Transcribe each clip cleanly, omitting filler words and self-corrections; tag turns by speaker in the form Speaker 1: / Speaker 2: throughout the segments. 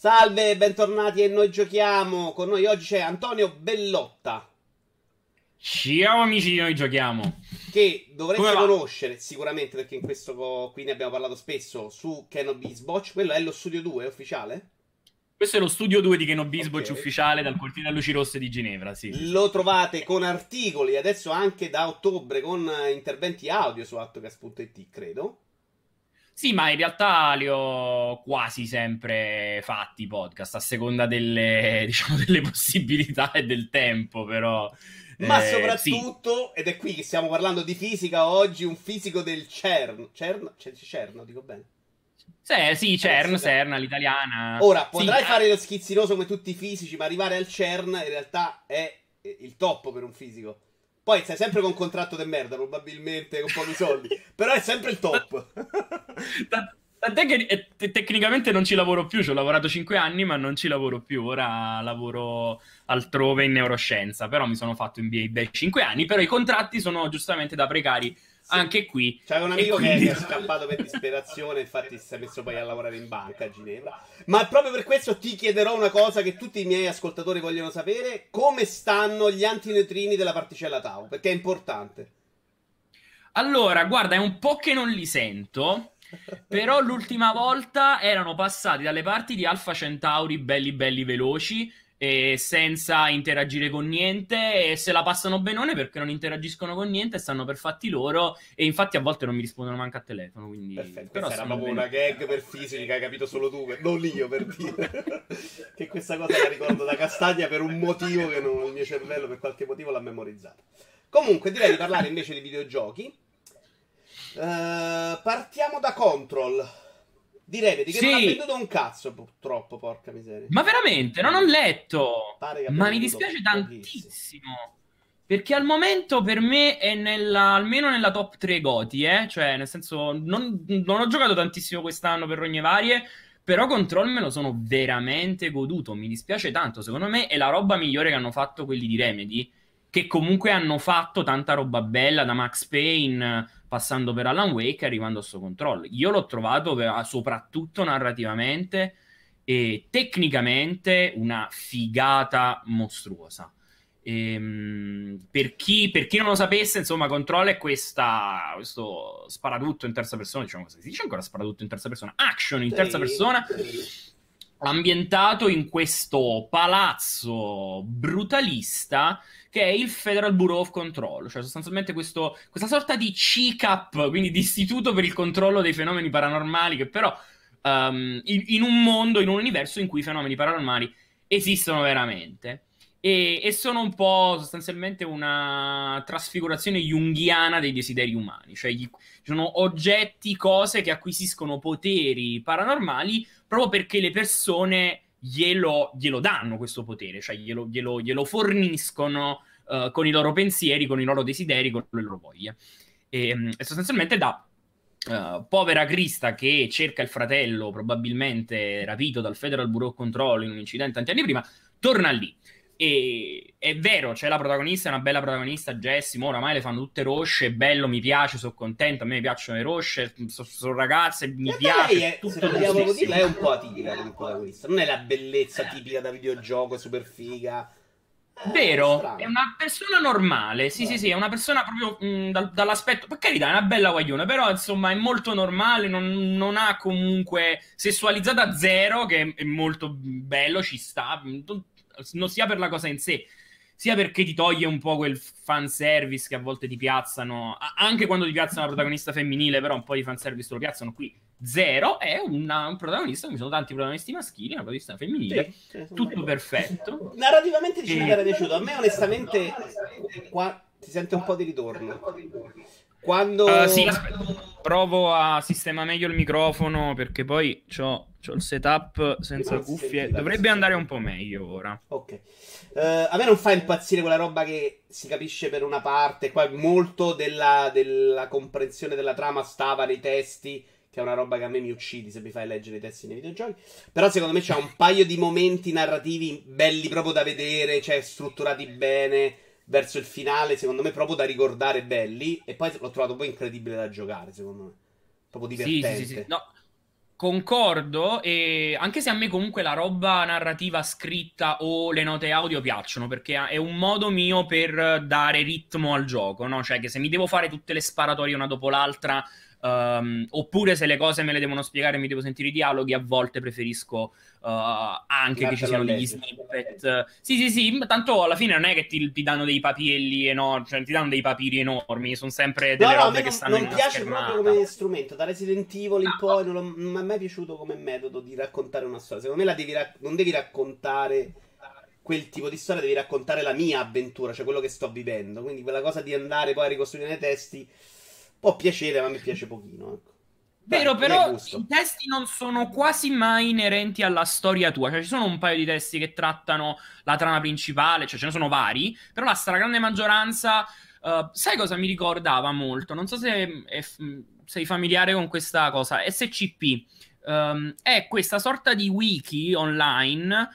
Speaker 1: Salve, bentornati e noi giochiamo. Con noi oggi c'è Antonio Bellotta,
Speaker 2: Ciao amici di Noi Giochiamo.
Speaker 1: che
Speaker 2: Come
Speaker 1: dovreste
Speaker 2: va?
Speaker 1: conoscere sicuramente perché in questo qui ne abbiamo parlato spesso su Kenobi Sbotch. Quello è lo studio 2 ufficiale?
Speaker 2: Questo è lo studio 2 di Kenobi
Speaker 1: Ok.
Speaker 2: Sbocci ufficiale dal cortile a luci rosse di Ginevra. Sì, sì, sì.
Speaker 1: Lo trovate con articoli adesso anche da ottobre con interventi audio su Attocast.it, credo.
Speaker 2: Sì, ma in realtà li ho quasi sempre fatti i podcast a seconda delle, diciamo, delle possibilità e del tempo, però
Speaker 1: Ma
Speaker 2: sì.
Speaker 1: soprattutto, ed è qui che stiamo parlando di fisica oggi, un fisico del CERN. CERN? CERN, dico bene.
Speaker 2: Sì,
Speaker 1: Adesso siamo.
Speaker 2: CERN all'italiana.
Speaker 1: Ora,
Speaker 2: Sì,
Speaker 1: potrai fare lo schizzinoso come tutti i fisici, ma arrivare al CERN in realtà è il top per un fisico. Poi stai sempre con un contratto di merda, probabilmente con pochi soldi, però è sempre il top.
Speaker 2: Tant'è che tecnicamente non ci lavoro più, ci ho lavorato 5 anni, ma non ci lavoro più. Ora lavoro altrove in neuroscienza, però mi sono fatto MBA bei 5 anni, però i contratti sono giustamente da precari
Speaker 1: Sì.
Speaker 2: anche qui,
Speaker 1: C'aveva un
Speaker 2: e
Speaker 1: amico che
Speaker 2: quindi...
Speaker 1: è scappato per disperazione, infatti si è messo poi a lavorare in banca a Ginevra. Ma proprio per questo ti chiederò una cosa che tutti i miei ascoltatori vogliono sapere: come stanno gli antineutrini della particella tau? Perché è importante.
Speaker 2: Allora, guarda, è un po' che non li sento, però l'ultima volta erano passati dalle parti di Alpha Centauri belli belli veloci e senza interagire con niente e se la passano benone perché non interagiscono con niente, stanno per fatti loro e infatti a volte non mi rispondono manco a telefono, quindi...
Speaker 1: Perfetto,
Speaker 2: però
Speaker 1: questa era
Speaker 2: stanno
Speaker 1: proprio
Speaker 2: bene.
Speaker 1: una gag per fisici che hai capito solo tu, non io per dire. Che questa cosa la ricordo da castagna per un motivo che il mio cervello per qualche motivo l'ha memorizzata. Comunque direi di parlare invece di videogiochi. Partiamo da Control. Di Remedy che non ha
Speaker 2: Sì,
Speaker 1: venduto un cazzo purtroppo, porca miseria.
Speaker 2: ma veramente, non ho letto.
Speaker 1: Pare che abbia
Speaker 2: Ma mi
Speaker 1: venduto
Speaker 2: dispiace
Speaker 1: pochissimo.
Speaker 2: tantissimo. Perché al momento per me è almeno nella top 3 Goti, eh? Cioè, nel senso, non ho giocato tantissimo quest'anno per rogne varie, però Control me lo sono veramente goduto. Mi dispiace tanto. Secondo me è la roba migliore che hanno fatto quelli di Remedy, che comunque hanno fatto tanta roba bella, da Max Payne, passando per Alan Wake, arrivando a sto Control. Io l'ho trovato soprattutto narrativamente e tecnicamente una figata mostruosa. Per chi non lo sapesse, insomma, Control è questo sparatutto in terza persona, diciamo così, si dice ancora sparatutto in terza persona, action in terza
Speaker 1: Sì,
Speaker 2: persona,
Speaker 1: sì.
Speaker 2: ambientato in questo palazzo brutalista che è il Federal Bureau of Control, cioè sostanzialmente questa sorta di CICAP, quindi di istituto per il controllo dei fenomeni paranormali, che però in un mondo, in un universo in cui i fenomeni paranormali esistono veramente. E sono un po' sostanzialmente una trasfigurazione junghiana dei desideri umani, cioè ci sono oggetti, cose che acquisiscono poteri paranormali proprio perché le persone glielo danno questo potere, cioè glielo forniscono con i loro pensieri, con i loro desideri, con le loro voglie. E sostanzialmente da povera Krista che cerca il fratello, probabilmente rapito dal Federal Bureau of Control in un incidente tanti anni prima, torna lì. E è vero, c'è la protagonista, è una bella protagonista, Jessie, ma oramai le fanno tutte rosce, è bello, mi piace, sono contento, a me mi piacciono le rosce, sono ragazze,
Speaker 1: In
Speaker 2: mi
Speaker 1: realtà lei
Speaker 2: piace,
Speaker 1: è, se
Speaker 2: tutto
Speaker 1: vogliamo proprio
Speaker 2: giustissimo.
Speaker 1: dirla, è un po' atipica come protagonista. Non è la bellezza tipica da videogioco, super figa. È
Speaker 2: Vero, è
Speaker 1: strano.
Speaker 2: una persona normale, sì sì
Speaker 1: Bravo.
Speaker 2: sì, è una persona proprio dall'aspetto, per carità è una bella guagliona, però insomma è molto normale, non ha comunque sessualizzata zero, che è molto bello, ci sta, non sia per la cosa in sé, sia perché ti toglie un po' quel fanservice che a volte ti piazzano, anche quando ti piazzano la protagonista femminile, però un po' di fanservice te lo piazzano qui. Zero è un protagonista, mi sono tanti protagonisti maschili, una protagonista femminile,
Speaker 1: Sì, ce ne sono un bel
Speaker 2: tutto
Speaker 1: po'.
Speaker 2: perfetto.
Speaker 1: Narrativamente dicevi che
Speaker 2: E...
Speaker 1: era piaciuto. A me, onestamente, qua si sente un po' di ritorno.
Speaker 2: Sì,
Speaker 1: Quando.
Speaker 2: aspetta. Provo a sistemare meglio il microfono perché poi c'ho il setup senza
Speaker 1: Non si
Speaker 2: cuffie.
Speaker 1: sentiva
Speaker 2: Dovrebbe
Speaker 1: adesso.
Speaker 2: andare un po' meglio ora.
Speaker 1: Ok. A me non fa impazzire quella roba che si capisce per una parte. Qua molto della comprensione della trama stava nei testi. Che è una roba che a me mi uccidi se mi fai leggere i testi nei videogiochi. Però secondo me c'è un paio di momenti narrativi belli proprio da vedere. Cioè, strutturati bene. Verso il finale, secondo me, proprio da ricordare belli. E poi l'ho trovato poi incredibile da giocare, secondo me. Proprio
Speaker 2: Sì, sì, sì, sì.
Speaker 1: divertente.
Speaker 2: No, Concordo, e anche se a me comunque la roba narrativa scritta o le note audio piacciono, perché è un modo mio per dare ritmo al gioco, no? Cioè che se mi devo fare tutte le sparatorie una dopo l'altra, oppure se le cose me le devono spiegare e mi devo sentire i dialoghi, a volte preferisco anche che ci
Speaker 1: Andatelo a
Speaker 2: siano degli
Speaker 1: leggere.
Speaker 2: snippet. Sì, sì, sì, ma tanto alla fine non è che ti danno dei papilli enormi, cioè ti danno dei papiri enormi, sono sempre
Speaker 1: No,
Speaker 2: delle
Speaker 1: no, a me
Speaker 2: robe che stanno in
Speaker 1: non
Speaker 2: una
Speaker 1: piace proprio
Speaker 2: schermata.
Speaker 1: come strumento. Da Resident Evil in
Speaker 2: Ah,
Speaker 1: poi non mi è mai piaciuto come metodo di raccontare una storia. Secondo me non devi raccontare quel tipo di storia, devi raccontare la mia avventura, cioè quello che sto vivendo. Quindi quella cosa di andare poi a ricostruire nei testi può piacere, ma a me piace pochino. Ecco. Dai,
Speaker 2: vero,
Speaker 1: non è
Speaker 2: però
Speaker 1: gusto.
Speaker 2: i testi non sono quasi mai inerenti alla storia tua. Cioè, ci sono un paio di testi che trattano la trama principale, cioè ce ne sono vari, però la stragrande maggioranza. Sai cosa mi ricordava molto? Non so se sei familiare con questa cosa. SCP è questa sorta di wiki online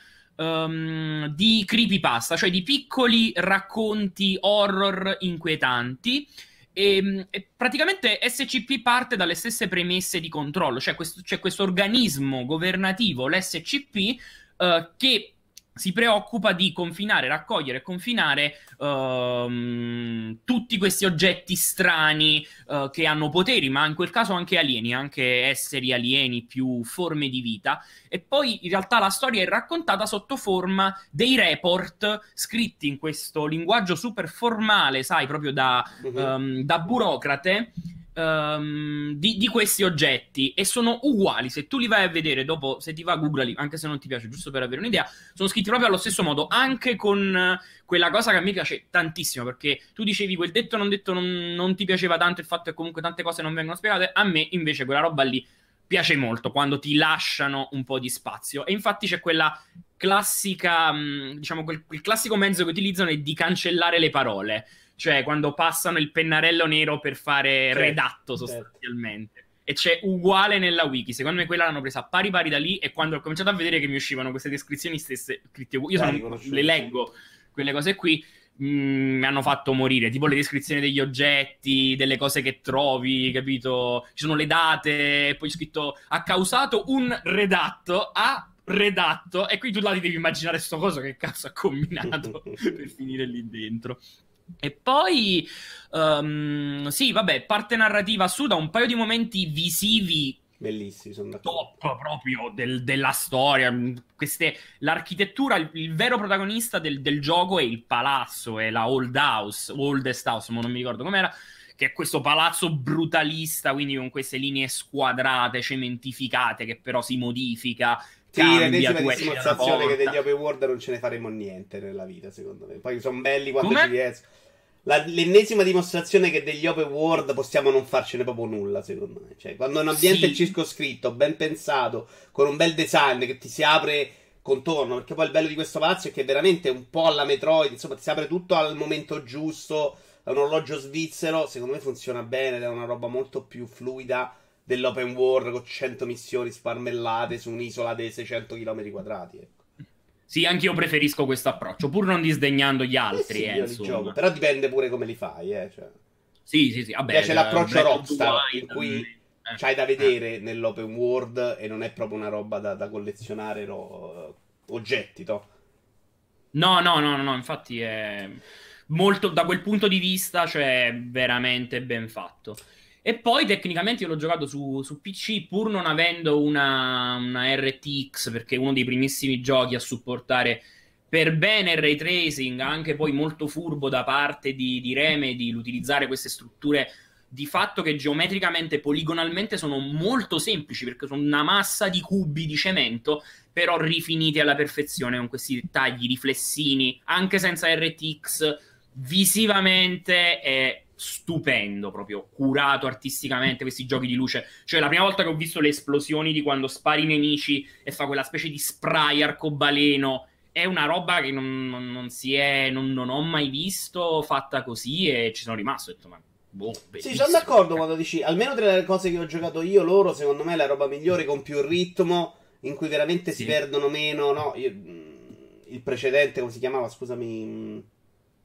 Speaker 2: di creepypasta, cioè di piccoli racconti horror inquietanti e praticamente SCP parte dalle stesse premesse di controllo, cioè c'è questo organismo governativo, l'SCP, che si preoccupa di confinare, raccogliere e confinare tutti questi oggetti strani che hanno poteri, ma in quel caso anche alieni, anche esseri alieni, più forme di vita. E poi in realtà la storia è raccontata sotto forma dei report scritti in questo linguaggio super formale, sai, proprio
Speaker 1: Mhm.
Speaker 2: da burocrate di questi oggetti e sono uguali. Se tu li vai a vedere dopo, se ti va, googlali, anche se non ti piace, giusto per avere un'idea, sono scritti proprio allo stesso modo, anche con quella cosa che a me piace tantissimo, perché tu dicevi quel detto non ti piaceva tanto il fatto che comunque tante cose non vengono spiegate, a me invece quella roba lì piace molto quando ti lasciano un po' di spazio. E infatti c'è quella classica, diciamo, quel classico mezzo che utilizzano è di cancellare le parole, cioè quando passano il pennarello nero per fare
Speaker 1: Certo,
Speaker 2: redatto
Speaker 1: certo.
Speaker 2: sostanzialmente. E c'è uguale nella wiki. Secondo me quella l'hanno presa pari pari da lì e quando ho cominciato a vedere che mi uscivano queste descrizioni stesse scritte, io
Speaker 1: L'hai
Speaker 2: le
Speaker 1: riconosciuto, sì.
Speaker 2: leggo quelle cose qui, mi hanno fatto morire, tipo le descrizioni degli oggetti, delle cose che trovi, capito? Ci sono le date, poi scritto ha causato un redatto, ha redatto, e qui tu là ti devi immaginare sto coso che cazzo ha combinato per finire lì dentro. E poi, sì, vabbè, parte narrativa assurda, un paio di momenti visivi
Speaker 1: Bellissimi, sono d'accordo.
Speaker 2: top proprio della storia. L'architettura, il vero protagonista del gioco è il palazzo, è la Old House, Oldest House, ma non mi ricordo com'era, che è questo palazzo brutalista, quindi con queste linee squadrate, cementificate, che però si modifica,
Speaker 1: Sì,
Speaker 2: cambia,
Speaker 1: l'ennesima
Speaker 2: tu esci dalla
Speaker 1: dimostrazione che degli
Speaker 2: porta.
Speaker 1: open world non ce ne faremo niente nella vita, secondo me. Poi sono belli quando
Speaker 2: Come?
Speaker 1: ci riesco. L'ennesima dimostrazione che degli open world possiamo non farcene proprio nulla, secondo me. Cioè, quando un ambiente è
Speaker 2: Sì,
Speaker 1: circoscritto, ben pensato, con un bel design che ti si apre contorno, perché poi il bello di questo palazzo è che veramente è un po' alla Metroid, insomma, ti si apre tutto al momento giusto, è un orologio svizzero, secondo me funziona bene ed è una roba molto più fluida dell'open world con 100 missioni sparmellate su un'isola dei 600 km quadrati. Ecco.
Speaker 2: sì, anche io preferisco questo approccio, pur non disdegnando gli
Speaker 1: Eh
Speaker 2: altri,
Speaker 1: sì, io li gioco,
Speaker 2: insomma.
Speaker 1: però dipende pure come li fai, Cioè,
Speaker 2: Sì, sì, sì,
Speaker 1: mi
Speaker 2: vabbè,
Speaker 1: piace l'approccio
Speaker 2: Breath of the
Speaker 1: Rockstar, in
Speaker 2: Wild.
Speaker 1: cui
Speaker 2: Eh,
Speaker 1: c'hai da
Speaker 2: eh.
Speaker 1: vedere nell'open world e non è proprio una roba da collezionare oggetti, to.
Speaker 2: No, no, no, no, no, infatti è molto, da quel punto di vista, cioè, veramente ben fatto. E poi tecnicamente io l'ho giocato su PC pur non avendo una RTX, perché è uno dei primissimi giochi a supportare per bene il ray tracing, anche poi molto furbo da parte di Remedy, l'utilizzare queste strutture di fatto che geometricamente, poligonalmente sono molto semplici, perché sono una massa di cubi di cemento però rifiniti alla perfezione con questi dettagli, riflessini, anche senza RTX, visivamente è stupendo, proprio curato artisticamente questi giochi di luce. Cioè la prima volta che ho visto le esplosioni di quando spari i nemici e fa quella specie di spray arcobaleno, è una roba che non ho mai visto fatta così e ci sono rimasto. Ho detto, ma boh,
Speaker 1: Sì, sono
Speaker 2: bellissimo.
Speaker 1: d'accordo quando dici, almeno tra le cose che ho giocato io, loro, secondo me, è la roba migliore con più ritmo, in cui veramente si
Speaker 2: Sì.
Speaker 1: perdono meno, no? Il precedente, come si chiamava? Scusami.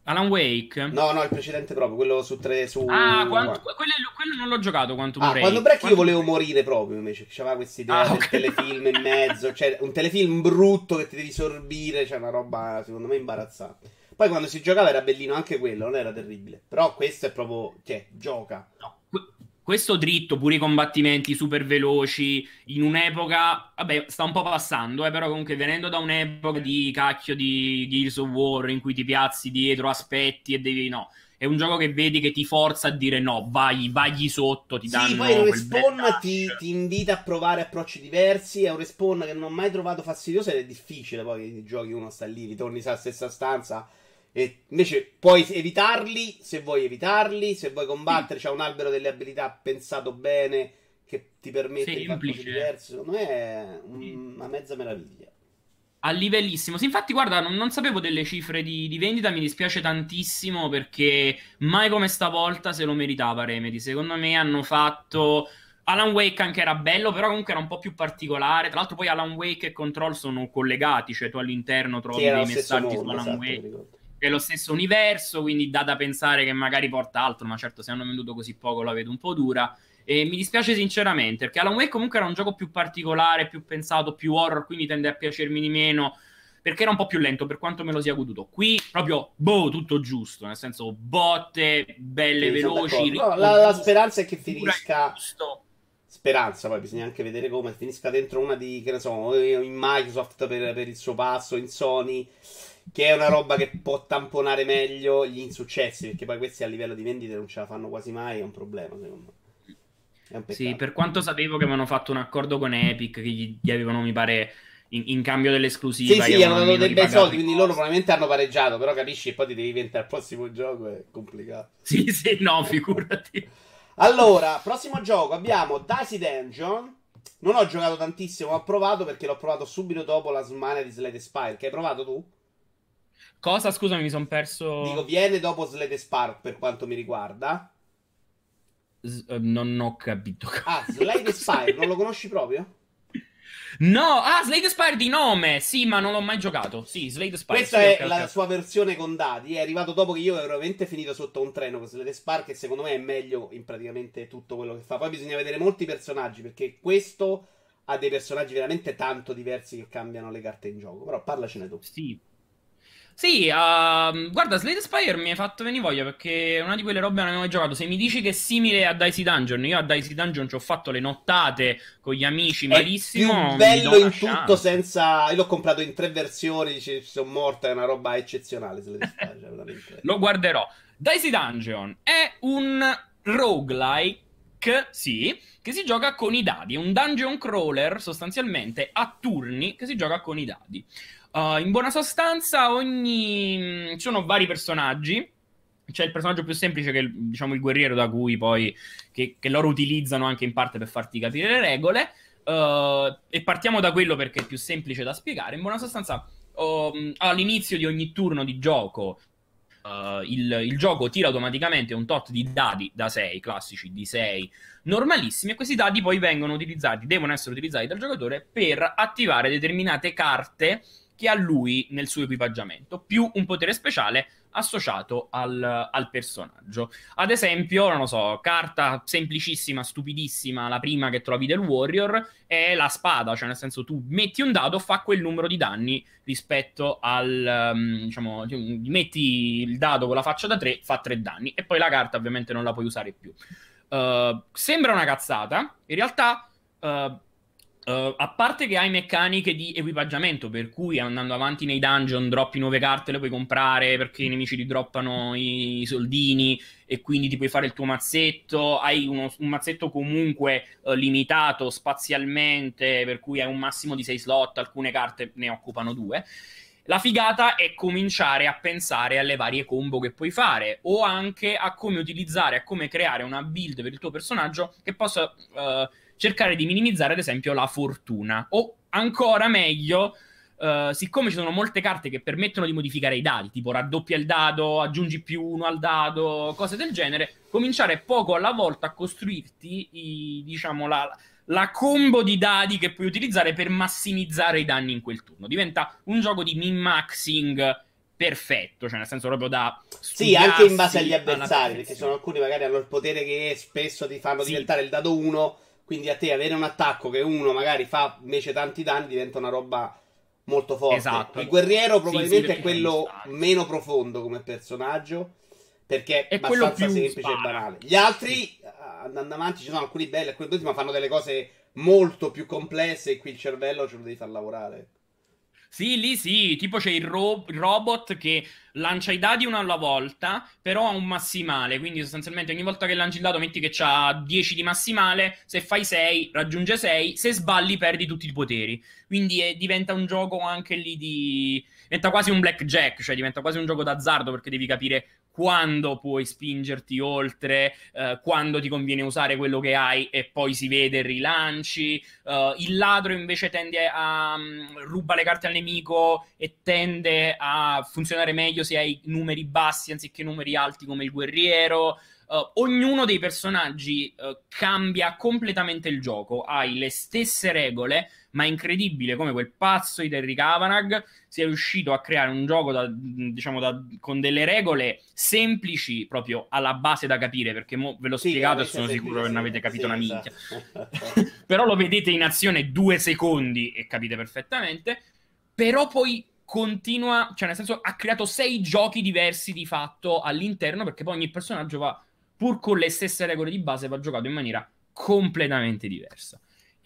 Speaker 2: Alan Wake?
Speaker 1: No, no, il precedente proprio, quello su 3 su
Speaker 2: Ah,
Speaker 1: One.
Speaker 2: quello non l'ho giocato, Quantum
Speaker 1: Ah, quando
Speaker 2: Break.
Speaker 1: Break io
Speaker 2: Quantum
Speaker 1: volevo
Speaker 2: Break.
Speaker 1: morire proprio invece. C'aveva questa idea
Speaker 2: Ah,
Speaker 1: del
Speaker 2: ok.
Speaker 1: telefilm in mezzo. Cioè, un telefilm brutto che ti devi sorbire. Cioè, una roba secondo me imbarazzante. Poi quando si giocava era bellino anche quello, non era terribile. Però questo è proprio. Cioè, gioca.
Speaker 2: No, questo dritto, pure i combattimenti super veloci, in un'epoca, vabbè, sta un po' passando, però comunque venendo da un'epoca di cacchio di Gears of War in cui ti piazzi dietro, aspetti e devi, no, è un gioco che vedi che ti forza a dire no, vai sotto, ti
Speaker 1: Sì, poi il
Speaker 2: danno quel bel
Speaker 1: respawn ti
Speaker 2: rush.
Speaker 1: invita a provare approcci diversi. È un respawn che non ho mai trovato fastidioso ed è difficile. Poi che giochi uno sta lì, ritorni sulla stessa stanza. E invece puoi evitarli se vuoi evitarli. Se vuoi
Speaker 2: Sì,
Speaker 1: combattere, c'è un albero delle abilità pensato bene che ti permette di fare cose
Speaker 2: semplice.
Speaker 1: diverse. Secondo me è
Speaker 2: Sì.
Speaker 1: una mezza meraviglia.
Speaker 2: A livellissimo. Sì, infatti, guarda, non sapevo delle cifre di vendita, mi dispiace tantissimo perché mai come stavolta se lo meritava Remedy. Secondo me hanno fatto. Alan Wake anche era bello, però comunque era un po' più particolare. Tra l'altro poi Alan Wake e Control sono collegati, cioè tu all'interno
Speaker 1: Sì,
Speaker 2: trovi
Speaker 1: era lo
Speaker 2: dei
Speaker 1: stesso
Speaker 2: messaggi su
Speaker 1: mondo,
Speaker 2: Alan
Speaker 1: esatto, mi
Speaker 2: Wake,
Speaker 1: ricordo.
Speaker 2: che è lo stesso universo, quindi dà da pensare che magari porta altro, ma certo se hanno venduto così poco la vedo un po' dura. E mi dispiace sinceramente, perché Alan Wake comunque era un gioco più particolare, più pensato, più horror, quindi tende a piacermi di meno, perché era un po' più lento per quanto me lo sia goduto. Qui proprio, boh, tutto giusto, nel senso botte, belle,
Speaker 1: Sì, sono
Speaker 2: veloci,
Speaker 1: d'accordo. No,
Speaker 2: ritmo
Speaker 1: la
Speaker 2: giusto,
Speaker 1: speranza è che
Speaker 2: cura
Speaker 1: finisca.
Speaker 2: giusto.
Speaker 1: Speranza, poi bisogna anche vedere come finisca dentro una di, che ne so, o in Microsoft per il suo passo, in Sony, che è una roba che può tamponare meglio gli insuccessi, perché poi questi a livello di vendite non ce la fanno quasi mai, è un problema, secondo me. È un
Speaker 2: Sì,
Speaker 1: peccato.
Speaker 2: per quanto sapevo che avevano fatto un accordo con Epic, che gli avevano, mi pare, in cambio
Speaker 1: Sì,
Speaker 2: dell'esclusiva,
Speaker 1: sì,
Speaker 2: gli
Speaker 1: gli hanno
Speaker 2: avevano
Speaker 1: dato
Speaker 2: almeno
Speaker 1: dei bei soldi,
Speaker 2: ripagato i
Speaker 1: quindi loro
Speaker 2: costi.
Speaker 1: probabilmente hanno pareggiato, però capisci che poi ti devi inventare il prossimo gioco, è complicato.
Speaker 2: Sì, sì, no, figurati.
Speaker 1: Allora, prossimo gioco abbiamo Dicey Dungeon. Non ho giocato tantissimo, ho provato perché l'ho provato subito dopo la Smania di Slade Spire. Che hai provato tu?
Speaker 2: Cosa? Scusami, mi sono
Speaker 1: Dico,
Speaker 2: perso.
Speaker 1: viene dopo Slade Spire per quanto mi riguarda.
Speaker 2: Non ho capito.
Speaker 1: Ah, Slade
Speaker 2: Cosa
Speaker 1: Spire,
Speaker 2: hai
Speaker 1: non lo
Speaker 2: detto?
Speaker 1: conosci proprio?
Speaker 2: No, ah, Slade Spire di nome. Sì, ma non l'ho mai giocato. Sì, Slade Spire.
Speaker 1: Questa
Speaker 2: Sì, ok,
Speaker 1: è
Speaker 2: ok,
Speaker 1: la
Speaker 2: ok.
Speaker 1: sua versione con dadi. È arrivato dopo che io ero veramente finito sotto un treno con Slade Spire, che secondo me è meglio in praticamente tutto quello che fa. Poi bisogna vedere molti personaggi, perché questo ha dei personaggi veramente tanto diversi che cambiano le carte in gioco. Però parlacene tu.
Speaker 2: Sì. Sì, guarda, Slade Spire mi hai fatto venire voglia perché è una di quelle robe che non avevo mai giocato. Se mi dici che è simile a Dicey Dungeon, io a Dicey Dungeon ci ho fatto le nottate con gli amici
Speaker 1: È più
Speaker 2: malissimo, mi do
Speaker 1: bello
Speaker 2: una
Speaker 1: in tutto
Speaker 2: chance.
Speaker 1: senza. Io l'ho comprato in tre versioni. Ci sono morta. È una roba eccezionale. Se le dispari, cioè, veramente.
Speaker 2: Lo guarderò. Dicey Dungeon è un roguelike, sì, che si gioca con i dadi. È un dungeon crawler sostanzialmente a turni che si gioca con i dadi. In buona sostanza, ci sono vari personaggi. C'è il personaggio più semplice che è diciamo, il guerriero da cui poi che loro utilizzano anche in parte per farti capire le regole. E partiamo da quello perché è più semplice da spiegare. In buona sostanza, all'inizio di ogni turno di gioco il gioco tira automaticamente un tot di dadi da 6, classici di 6 normalissimi, e questi dadi poi vengono utilizzati, devono essere utilizzati dal giocatore per attivare determinate carte che ha lui nel suo equipaggiamento, più un potere speciale associato al personaggio. Ad esempio, non lo so, carta semplicissima, stupidissima, la prima che trovi del Warrior è la spada, cioè nel senso tu metti un dado, fa quel numero di danni rispetto al, diciamo, metti il dado con la faccia da 3, fa 3 danni e poi la carta ovviamente non la puoi usare più. Sembra una cazzata, in realtà a parte che hai meccaniche di equipaggiamento, per cui andando avanti nei dungeon droppi nuove carte, le puoi comprare perché i nemici ti droppano i soldini e quindi ti puoi fare il tuo mazzetto. Hai un mazzetto comunque limitato spazialmente, per cui hai un massimo di 6 slot, alcune carte ne occupano 2. La figata è cominciare a pensare alle varie combo che puoi fare o anche a come utilizzare, a come creare una build per il tuo personaggio che possa cercare di minimizzare ad esempio la fortuna o ancora meglio siccome ci sono molte carte che permettono di modificare i dadi, tipo raddoppia il dado, aggiungi più uno al dado, cose del genere, cominciare poco alla volta a costruirti diciamo la combo di dadi che puoi utilizzare per massimizzare i danni in quel turno. Diventa un gioco di min-maxing perfetto, cioè nel senso proprio da
Speaker 1: Sì, anche in base
Speaker 2: studiarsi
Speaker 1: agli
Speaker 2: alla
Speaker 1: avversari, perché sono
Speaker 2: perfezione.
Speaker 1: alcuni magari hanno il potere che spesso ti fanno
Speaker 2: Sì,
Speaker 1: diventare il dado 1, quindi a te avere un attacco che uno magari fa invece tanti danni diventa una roba molto forte.
Speaker 2: esatto.
Speaker 1: Il guerriero
Speaker 2: Sì, sì,
Speaker 1: probabilmente è
Speaker 2: lascia
Speaker 1: quello
Speaker 2: stare.
Speaker 1: meno profondo come personaggio, perché è
Speaker 2: È quello
Speaker 1: abbastanza
Speaker 2: più
Speaker 1: semplice e
Speaker 2: spara.
Speaker 1: banale. Gli
Speaker 2: Sì.
Speaker 1: altri, andando avanti, ci sono alcuni belli, alcuni brutti, ma fanno delle cose molto più complesse e qui il cervello ce lo devi far lavorare.
Speaker 2: Sì, lì sì, tipo c'è il robot che lancia i dadi uno alla volta, però ha un massimale, quindi sostanzialmente ogni volta che lanci il dado metti che c'ha 10 di massimale, se fai 6 raggiunge 6, se sballi perdi tutti i poteri. Quindi diventa un gioco anche lì di... diventa quasi un blackjack, cioè diventa quasi un gioco d'azzardo perché devi capire quando puoi spingerti oltre, quando ti conviene usare quello che hai e poi si vede rilanci. Il ladro invece tende a ruba le carte al nemico e tende a funzionare meglio se hai numeri bassi anziché numeri alti come il guerriero. Ognuno dei personaggi cambia completamente il gioco, hai le stesse regole, ma è incredibile come quel pazzo di Terry Kavanagh sia riuscito a creare un gioco diciamo, con delle regole semplici proprio alla base da capire, perché ve l'ho
Speaker 1: Sì,
Speaker 2: spiegato e
Speaker 1: veramente
Speaker 2: sono sicuro che non
Speaker 1: semplicissimo.
Speaker 2: avete capito
Speaker 1: Sì,
Speaker 2: una minchia.
Speaker 1: esatto.
Speaker 2: Però lo vedete in azione 2 secondi e capite perfettamente. Però poi continua, cioè nel senso ha creato 6 giochi diversi di fatto all'interno, perché poi ogni personaggio va, pur con le stesse regole di base, va giocato in maniera completamente diversa.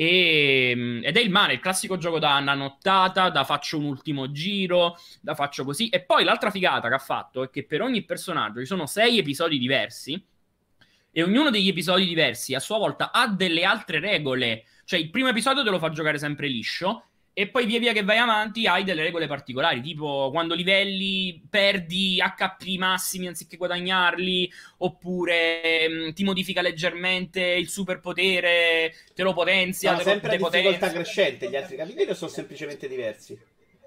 Speaker 2: Ed è il male, il classico gioco da una nottata, da faccio un ultimo giro, da faccio così. E poi l'altra figata che ha fatto è che per ogni personaggio ci sono 6 episodi diversi e ognuno degli episodi diversi a sua volta ha delle altre regole. Cioè il primo episodio te lo fa giocare sempre liscio e poi via via che vai avanti hai delle regole particolari, tipo quando livelli perdi HP massimi anziché guadagnarli, oppure ti modifica leggermente il superpotere, te lo potenzia,
Speaker 1: Sono sempre a difficoltà
Speaker 2: depotenzia.
Speaker 1: crescente gli altri capitoli o sono semplicemente diversi?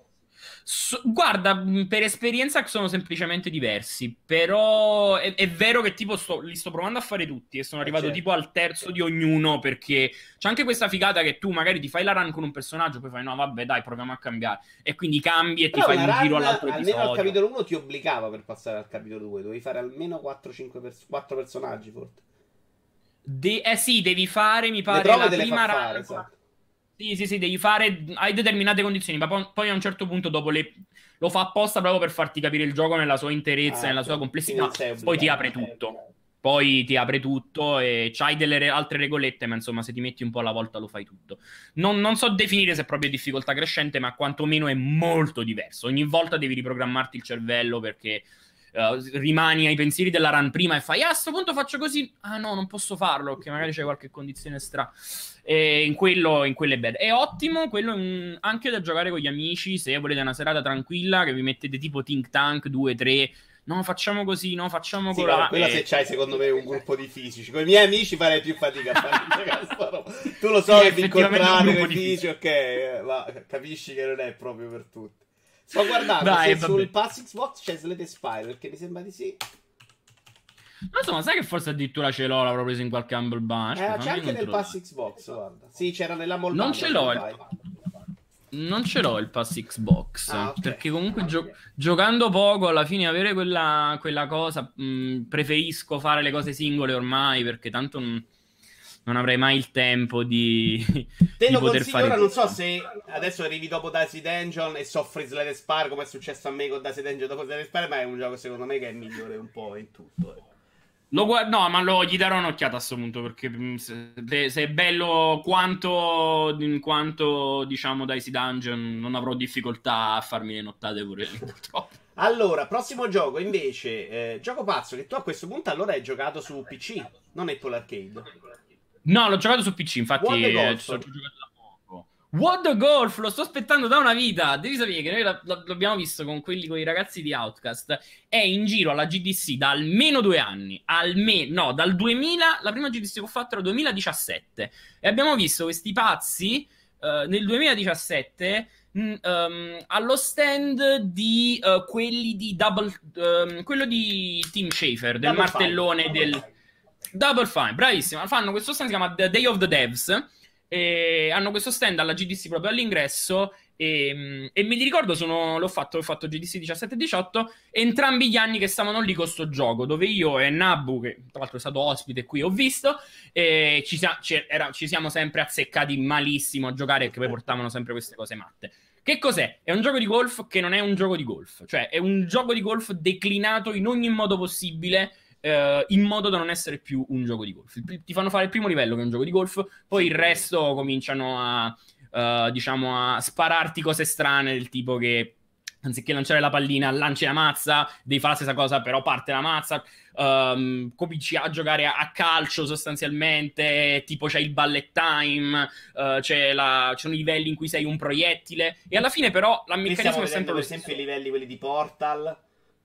Speaker 2: Guarda, per esperienza sono semplicemente diversi, però è vero che tipo li sto provando a fare tutti e sono arrivato tipo
Speaker 1: Certo.
Speaker 2: al terzo di ognuno perché c'è anche questa figata che tu magari ti fai la run con un personaggio, poi fai no vabbè dai proviamo a cambiare e quindi cambi e ti
Speaker 1: Però
Speaker 2: fai
Speaker 1: una
Speaker 2: un giro
Speaker 1: run,
Speaker 2: all'altro
Speaker 1: almeno al
Speaker 2: episodio.
Speaker 1: capitolo 1, ti obbligava per passare al capitolo 2. Dovevi fare almeno 4-5 4 personaggi, forse.
Speaker 2: Eh sì, devi fare, mi
Speaker 1: Le
Speaker 2: pare,
Speaker 1: prove
Speaker 2: la
Speaker 1: te le fa
Speaker 2: prima
Speaker 1: fare,
Speaker 2: run.
Speaker 1: esatto.
Speaker 2: Sì, sì, sì, devi fare. Hai determinate condizioni, ma poi a un certo punto dopo lo fa apposta proprio per farti capire il gioco nella sua interezza,
Speaker 1: Ah,
Speaker 2: nella sua
Speaker 1: ok. Quindi
Speaker 2: complessità.
Speaker 1: non sei
Speaker 2: Poi ti
Speaker 1: obbligato.
Speaker 2: apre tutto. Poi ti apre tutto e c'hai delle altre regolette, ma insomma, se ti metti un po' alla volta lo fai tutto. Non so definire se è proprio difficoltà crescente, ma quantomeno è molto diverso. Ogni volta devi riprogrammarti il cervello perché rimani ai pensieri della run prima e fai, a sto punto faccio così. Ah no, non posso farlo, che magari c'è qualche condizione strana. E in quello è bello. È ottimo, quello anche da giocare con gli amici, se volete una serata tranquilla, che vi mettete tipo Think Tank 2-3. No, facciamo così, no, facciamo
Speaker 1: Sì, vabbè,
Speaker 2: colà.
Speaker 1: quella se c'hai secondo me un gruppo di fisici. Con i miei amici farei più fatica a fare questa roba. Tu lo so
Speaker 2: Sì,
Speaker 1: che vi
Speaker 2: effettivamente è un
Speaker 1: incontrate
Speaker 2: gruppo
Speaker 1: nei
Speaker 2: di
Speaker 1: fisici,
Speaker 2: fisici.
Speaker 1: ok, ma capisci che non è proprio per tutti. Sto guardando
Speaker 2: Dai,
Speaker 1: se
Speaker 2: vabbè.
Speaker 1: sul Pass Xbox c'è Slate Spire, perché mi sembra di sì.
Speaker 2: Non so, ma sai che forse addirittura ce l'ho, l'avrò preso in qualche Humble Bundle? Aspetta,
Speaker 1: C'è
Speaker 2: fammi
Speaker 1: anche nel Pass
Speaker 2: controllare.
Speaker 1: Xbox, guarda. Sì, c'era nella Mall
Speaker 2: Non ce
Speaker 1: Bundle, se lo
Speaker 2: l'ho
Speaker 1: fai.
Speaker 2: non ce l'ho il Pass Xbox,
Speaker 1: Ah, ok.
Speaker 2: perché comunque giocando poco alla fine avere quella cosa, preferisco fare le cose singole ormai, perché tanto non avrei mai il tempo di,
Speaker 1: Te
Speaker 2: di
Speaker 1: lo
Speaker 2: poter
Speaker 1: consiglio,
Speaker 2: fare
Speaker 1: ora non so
Speaker 2: tutto.
Speaker 1: se adesso arrivi dopo Dicey Dungeon e soffri Slade Spire come è successo a me con Dicey Dungeon dopo Slade Spire, ma è un gioco secondo me che è migliore un po' in tutto.
Speaker 2: No, ma gli darò un'occhiata a questo punto, perché se è bello quanto diciamo Dicey Dungeon, non avrò difficoltà a farmi le nottate pure lì, purtroppo.
Speaker 1: Allora, prossimo gioco invece, gioco pazzo che tu a questo punto allora hai giocato su PC, non Apple Arcade.
Speaker 2: No, l'ho giocato su PC,
Speaker 1: What
Speaker 2: infatti
Speaker 1: the
Speaker 2: ci
Speaker 1: Golf.
Speaker 2: sto giocando da poco. What the Golf, lo sto aspettando da una vita. Devi sapere che noi l'abbiamo visto con i ragazzi di Outcast. È in giro alla GDC da almeno 2 anni. No, dal 2000, la prima GDC che ho fatto era 2017. E abbiamo visto questi pazzi nel 2017 allo stand di quelli di quello di Tim Schafer, del
Speaker 1: Double Fine.
Speaker 2: martellone del Double Fine, bravissimo. Fanno questo stand, si chiama The Day of the Devs. E hanno questo stand alla GDC proprio all'ingresso E me li ricordo, l'ho fatto GDC 17 e 18, entrambi gli anni che stavano lì con sto gioco, dove io e Nabu, che tra l'altro è stato ospite qui, ho visto, ci siamo sempre azzeccati malissimo a giocare, perché poi portavano sempre queste cose matte. Che cos'è? È un gioco di golf che non è un gioco di golf, cioè è un gioco di golf declinato in ogni modo possibile, in modo da non essere più un gioco di golf. Ti fanno fare il primo livello che è un gioco di golf, poi il resto cominciano diciamo a spararti cose strane, del tipo che anziché lanciare la pallina lanci la mazza, devi fare la stessa cosa però parte la mazza. Cominci a giocare a calcio sostanzialmente, tipo c'è il bullet time, ci sono i livelli in cui sei un proiettile, e alla fine però la
Speaker 1: Qui
Speaker 2: meccanismo
Speaker 1: stiamo
Speaker 2: è sempre
Speaker 1: vedendo
Speaker 2: lo
Speaker 1: per
Speaker 2: stesso.
Speaker 1: esempio i livelli quelli di Portal.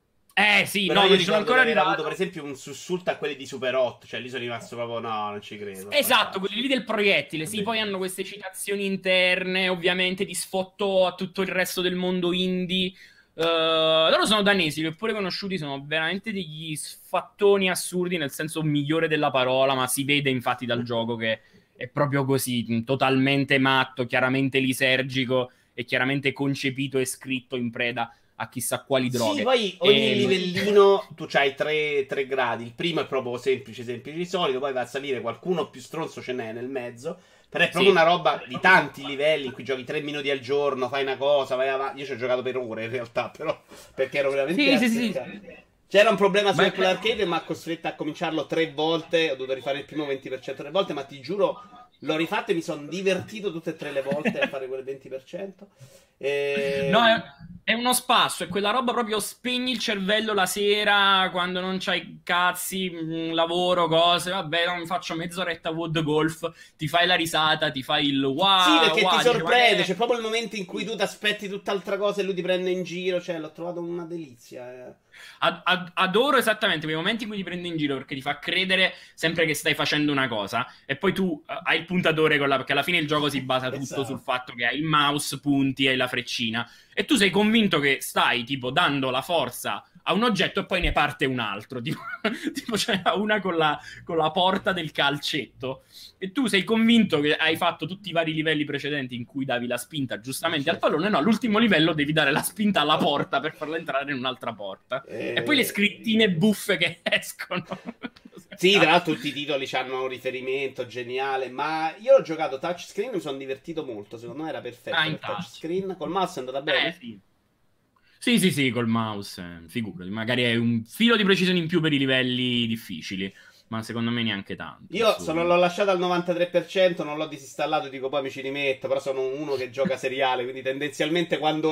Speaker 2: Sì,
Speaker 1: Però
Speaker 2: no,
Speaker 1: io
Speaker 2: non ci sono
Speaker 1: ricordo
Speaker 2: ancora
Speaker 1: di aver avuto
Speaker 2: arrivato.
Speaker 1: per esempio un sussulto a quelli di Super 8. Cioè lì sono rimasto proprio no, non ci credo.
Speaker 2: Esatto,
Speaker 1: Fantastico.
Speaker 2: quelli lì del proiettile. Sì, poi hanno
Speaker 1: Bellissimo.
Speaker 2: queste citazioni interne, ovviamente di sfottò a tutto il resto del mondo indie. Loro sono danesi, li ho pure conosciuti, sono veramente degli sfattoni assurdi, nel senso migliore della parola, ma si vede infatti dal gioco che è proprio così, totalmente matto, chiaramente lisergico e chiaramente concepito e scritto in preda a chissà quali
Speaker 1: Sì,
Speaker 2: droghe.
Speaker 1: poi ogni livellino tu c'hai tre gradi. Il primo è proprio semplice, semplice di solito, poi va a salire qualcuno più stronzo ce n'è nel mezzo. Però è proprio
Speaker 2: Sì.
Speaker 1: una roba di tanti livelli in cui giochi 3 minuti al giorno, fai una cosa, vai avanti. Io ci ho giocato per ore in realtà, però perché ero veramente
Speaker 2: Sì, sì, sì.
Speaker 1: azzeccato. C'era un problema su
Speaker 2: Ma
Speaker 1: Apple Arcade e mi ha costretto a cominciarlo 3 volte. Ho dovuto rifare il primo 20% 3 volte, ma ti giuro, l'ho rifatto e mi sono divertito tutte e 3 le volte a fare quel 20%.
Speaker 2: No,
Speaker 1: E...
Speaker 2: è uno spasso, è quella roba proprio spegni il cervello la sera quando non c'hai cazzi, lavoro, cose, vabbè, non faccio mezz'oretta Wood Golf, ti fai la risata, ti fai il
Speaker 1: Sì,
Speaker 2: wow,
Speaker 1: perché ti
Speaker 2: wow, dici, ma
Speaker 1: sorprende.
Speaker 2: che...
Speaker 1: C'è proprio il momento in cui tu ti aspetti tutt'altra cosa e lui ti prende in giro. Cioè, l'ho trovato una delizia.
Speaker 2: Adoro esattamente quei momenti in cui ti prende in giro perché ti fa credere sempre che stai facendo una cosa e poi tu hai il puntatore perché alla fine il gioco si basa tutto sul
Speaker 1: Esatto.
Speaker 2: fatto che hai il mouse, punti e la freccina e tu sei convinto che stai tipo dando la forza a un oggetto e poi ne parte un altro tipo, tipo c'è una con la porta del calcetto e tu sei convinto che hai fatto tutti i vari livelli precedenti in cui davi la spinta giustamente al pallone, no, l'ultimo livello devi dare la spinta alla porta per farla entrare in un'altra porta. E poi le
Speaker 1: Eh,
Speaker 2: scrittine buffe che escono.
Speaker 1: Sì, tra l'altro tutti i titoli hanno un riferimento geniale. Ma io ho giocato touchscreen e mi sono divertito molto. Secondo me era perfetto per
Speaker 2: Infatti.
Speaker 1: touchscreen. Col mouse è andata bene.
Speaker 2: Sì. Sì, sì, sì, col mouse, figurati. Magari è un filo di precisione in più per i livelli difficili, ma secondo me neanche tanto.
Speaker 1: Io l'ho
Speaker 2: Assolutamente.
Speaker 1: lasciato al 93%, non l'ho disinstallato, dico poi mi ci rimetto, però sono uno che gioca seriale, quindi tendenzialmente quando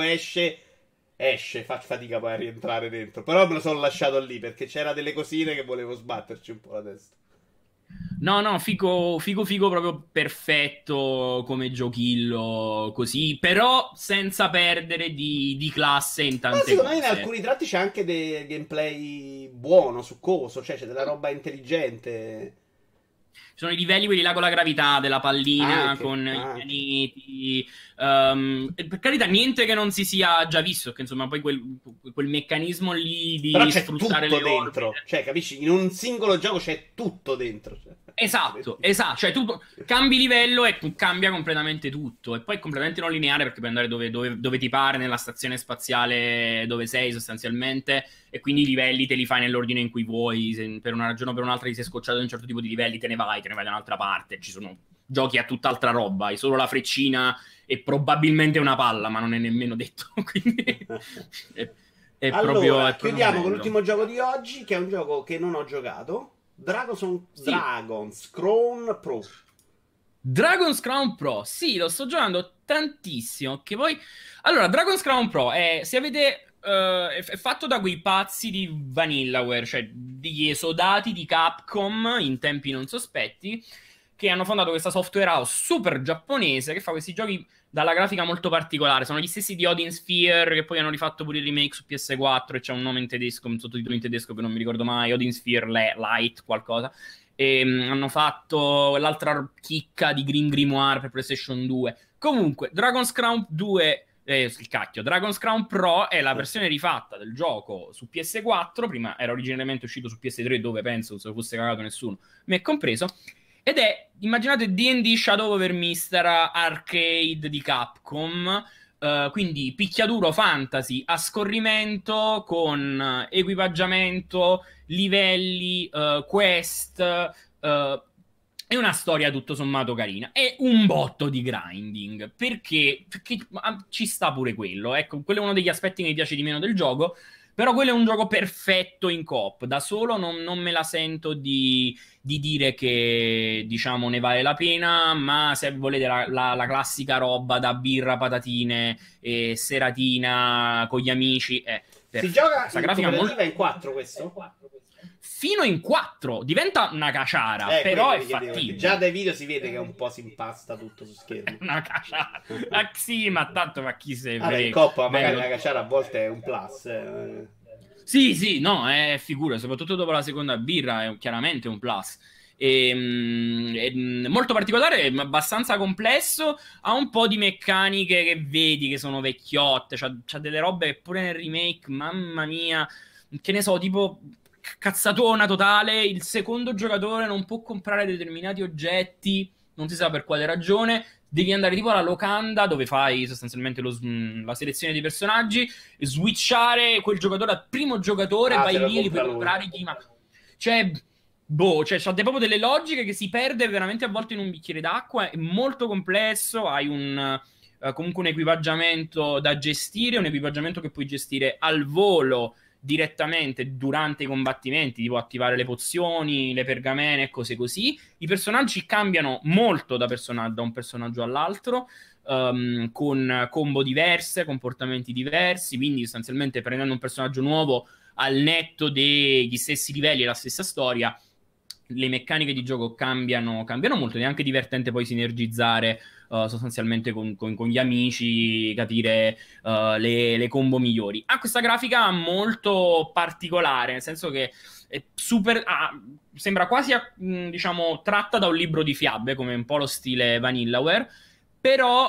Speaker 1: esce, faccio fatica poi a rientrare dentro. Però me lo sono lasciato lì perché c'era delle cosine che volevo sbatterci un po' la testa.
Speaker 2: No, no, figo, figo, figo, proprio perfetto come giochillo, così, però senza perdere di classe in
Speaker 1: Ma
Speaker 2: tante
Speaker 1: secondo me in
Speaker 2: cose.
Speaker 1: alcuni tratti c'è anche del gameplay buono, succoso, cioè c'è della roba intelligente.
Speaker 2: Ci sono i livelli quelli là con la gravità della pallina,
Speaker 1: Anche,
Speaker 2: con i
Speaker 1: anche.
Speaker 2: pianeti. E per carità, niente che non si sia già visto, che insomma poi quel meccanismo lì
Speaker 1: Però
Speaker 2: di
Speaker 1: c'è
Speaker 2: sfruttare
Speaker 1: tutto
Speaker 2: le
Speaker 1: dentro,
Speaker 2: orbite.
Speaker 1: cioè capisci? In un singolo gioco c'è tutto dentro. Cioè,
Speaker 2: Esatto, esatto, cioè tu cambi livello e cambia completamente tutto e poi è completamente non lineare perché puoi andare dove ti pare nella stazione spaziale dove sei sostanzialmente e quindi i livelli te li fai nell'ordine in cui vuoi, se per una ragione o per un'altra ti sei scocciato di un certo tipo di livelli te ne vai da un'altra parte, ci sono giochi a tutt'altra roba, hai solo la freccina e probabilmente una palla ma non è nemmeno detto, quindi è,
Speaker 1: Allora,
Speaker 2: è proprio
Speaker 1: chiudiamo con
Speaker 2: bello.
Speaker 1: l'ultimo gioco di oggi, che è un gioco che non ho giocato.
Speaker 2: Sì,
Speaker 1: Dragon's Crown Pro.
Speaker 2: Dragon's Crown Pro, sì, lo sto giocando tantissimo. Che poi. Allora, Dragon's Crown Pro è, se avete. È fatto da quei pazzi di Vanillaware, cioè degli esodati di Capcom in tempi non sospetti, che hanno fondato questa software house super giapponese che fa questi giochi dalla grafica molto particolare. Sono gli stessi di Odin Sphere, che poi hanno rifatto pure il remake su PS4 e c'è un nome in tedesco, un sottotitolo in tedesco che non mi ricordo mai, Odin Sphere Light, qualcosa. E hanno fatto l'altra chicca di Green Grimoire per PlayStation 2. Comunque, Dragon's Crown 2, il cacchio, Dragon's Crown Pro è la versione rifatta del gioco su PS4. Prima era originariamente uscito su PS3, dove penso non se lo fosse cagato nessuno, me compreso. Ed è, immaginate D&D Shadow Over Mister arcade di Capcom, quindi picchiaduro fantasy a scorrimento con equipaggiamento, livelli, quest, è una storia tutto sommato carina. È un botto di grinding. Perché ci sta pure quello. Ecco, quello è uno degli aspetti che mi piace di meno del gioco. Però quello è un gioco perfetto in coop. Da solo non me la sento di dire che, diciamo, ne vale la pena. Ma se volete la classica roba da birra, patatine e seratina con gli amici, è
Speaker 1: Si
Speaker 2: perfetto.
Speaker 1: gioca
Speaker 2: Questa
Speaker 1: in
Speaker 2: grafica è
Speaker 1: cooperativa
Speaker 2: molto...
Speaker 1: in 4 questo?
Speaker 2: Fino in 4 diventa una caciara, però
Speaker 1: quello
Speaker 2: è
Speaker 1: che chiedevo, perché
Speaker 2: fattibile.
Speaker 1: già dai video si vede che un po' si impasta tutto su schermo.
Speaker 2: Una caciara. Ma sì, ma tanto ma chi se
Speaker 1: Vabbè, in
Speaker 2: frega.
Speaker 1: coppa magari
Speaker 2: Bello.
Speaker 1: la cacciara a volte è un plus.
Speaker 2: Sì, sì, no, è figura, soprattutto dopo la seconda birra è chiaramente un plus. È molto particolare, è abbastanza complesso, ha un po' di meccaniche che vedi che sono vecchiotte, c'ha delle robe che pure nel remake, mamma mia, che ne so, tipo cazzatona totale, il secondo giocatore non può comprare determinati oggetti, non si sa per quale ragione, devi andare tipo alla locanda dove fai sostanzialmente la selezione dei personaggi, switchare quel giocatore al primo giocatore,
Speaker 1: Se
Speaker 2: vai
Speaker 1: lo
Speaker 2: lì e li puoi
Speaker 1: compra lui.
Speaker 2: comprare prima. Cioè, boh, cioè, c'ha proprio delle logiche che si perde veramente a volte in un bicchiere d'acqua, è molto complesso, hai comunque un equipaggiamento da gestire, un equipaggiamento che puoi gestire al volo direttamente durante i combattimenti, tipo attivare le pozioni, le pergamene e cose così. I personaggi cambiano molto da un personaggio all'altro, con combo diverse, comportamenti diversi, quindi sostanzialmente prendendo un personaggio nuovo al netto degli stessi livelli e la stessa storia, le meccaniche di gioco cambiano molto, è anche divertente poi sinergizzare sostanzialmente con gli amici, capire le combo migliori. Ha questa grafica molto particolare, nel senso che è super... sembra quasi, diciamo, tratta da un libro di fiabe, come un po' lo stile Vanillaware, però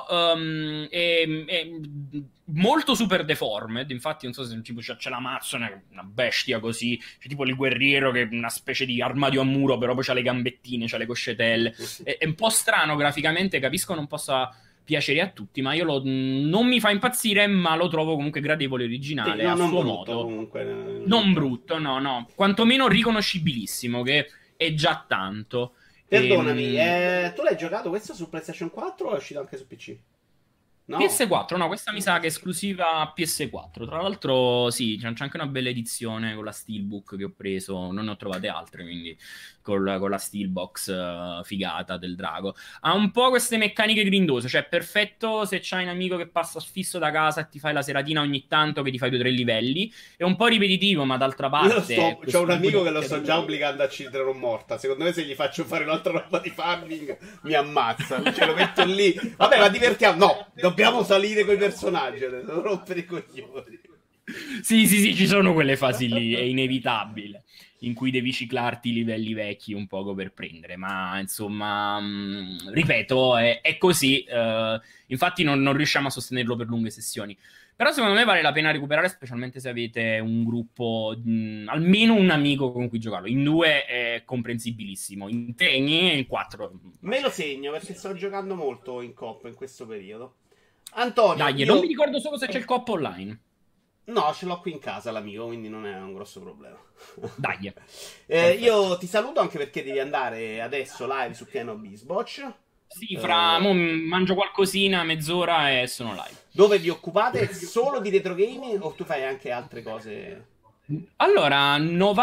Speaker 2: è molto super deformed. Infatti non so se tipo c'è l'Amazzone, che è una bestia così, c'è tipo il guerriero che è una specie di armadio a muro, però poi c'ha le gambettine, c'ha le coscetelle, è un po' strano graficamente, capisco non possa piacere a tutti, ma non mi fa impazzire, ma lo trovo comunque gradevole e originale,
Speaker 1: Sì,
Speaker 2: a
Speaker 1: non
Speaker 2: suo
Speaker 1: brutto,
Speaker 2: modo.
Speaker 1: comunque.
Speaker 2: Non brutto, no, quantomeno riconoscibilissimo, che è già tanto.
Speaker 1: Perdonami,
Speaker 2: Ehm,
Speaker 1: tu l'hai giocato questo su PlayStation 4 o è uscito anche su PC? No.
Speaker 2: PS4, no, questa mi sa che è esclusiva PS4. Tra l'altro, sì, c'è anche una bella edizione con la Steelbook che ho preso. Non ne ho trovate altre, quindi con la Steelbox figata del drago. Ha un po' queste meccaniche grindose, cioè perfetto se c'hai un amico che passa fisso da casa e ti fai la seratina ogni tanto che ti fai 2 o 3 livelli. È un po' ripetitivo, ma d'altra parte...
Speaker 1: C'ho un amico che lo sto già obbligando a Children of Morta. Secondo me, se gli faccio fare un'altra roba di farming, mi ammazza. Cioè, lo metto lì. Vabbè, ma divertiamo. No, dobbiamo salire con i personaggi. Non rompere i coglioni.
Speaker 2: Sì, ci sono quelle fasi lì, è inevitabile, in cui devi ciclarti i livelli vecchi un poco per prendere, ma insomma, ripeto, è così, infatti non riusciamo a sostenerlo per lunghe sessioni. Però secondo me vale la pena recuperare, specialmente se avete un gruppo, almeno un amico con cui giocarlo. In 2 è comprensibilissimo, in 3 e in 4.
Speaker 1: Me lo segno perché sto giocando molto in coop in questo periodo. Antonio,
Speaker 2: Dai, non mi ricordo solo se c'è il co-op online.
Speaker 1: No, ce l'ho qui in casa l'amico, quindi non è un grosso problema.
Speaker 2: Dai.
Speaker 1: Io ti saluto anche perché devi andare adesso live su Piano Bisbotch.
Speaker 2: Sì, mo mangio qualcosina, mezz'ora e sono live.
Speaker 1: Dove vi occupate solo di retro gaming o tu fai anche altre cose?
Speaker 2: Allora,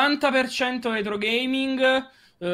Speaker 2: 90% retro gaming,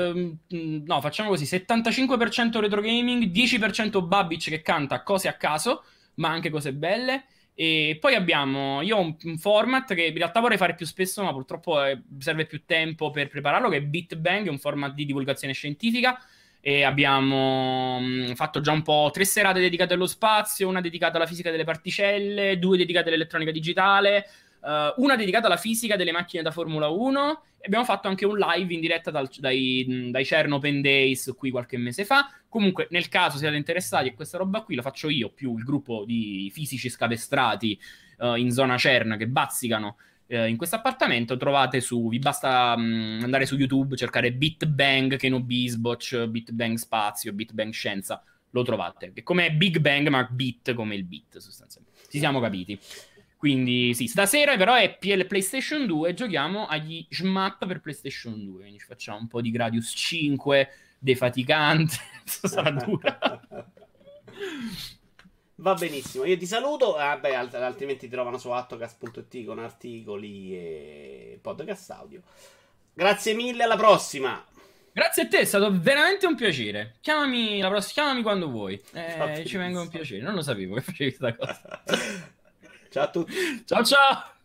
Speaker 2: no, facciamo così, 75% retro gaming, 10% Babbage che canta cose a caso, ma anche cose belle. E poi io ho un format che in realtà vorrei fare più spesso, ma purtroppo serve più tempo per prepararlo, che è Bit Bang, è un format di divulgazione scientifica. E abbiamo fatto già un po' 3 serate dedicate allo spazio, una dedicata alla fisica delle particelle, 2 dedicate all'elettronica digitale, una dedicata alla fisica delle macchine da Formula 1. E abbiamo fatto anche un live in diretta dai CERN Open Days qui qualche mese fa. Comunque, nel caso siate interessati a questa roba qui, la faccio io più il gruppo di fisici scapestrati in zona CERN che bazzicano in questo appartamento. Vi basta andare su YouTube, cercare Bit Bang, Keno Bisboch, Bit Bang Spazio, Bit Bang Scienza. lo trovate. È come Big Bang, ma beat come il beat, sostanzialmente. Ci siamo capiti. Quindi sì, stasera però è PlayStation 2, giochiamo agli shmup per PlayStation 2, quindi ci facciamo un po' di Gradius 5, defaticante, sarà dura.
Speaker 1: Va benissimo, io ti saluto, altrimenti ti trovano su attocast.it con articoli e podcast audio. Grazie mille, alla prossima!
Speaker 2: Grazie a te, è stato veramente un piacere. Chiamami la prossima, chiamami quando vuoi. Ci vengo un piacere, non lo sapevo che facevi questa cosa.
Speaker 1: Ciao a tutti.
Speaker 2: Ciao ciao!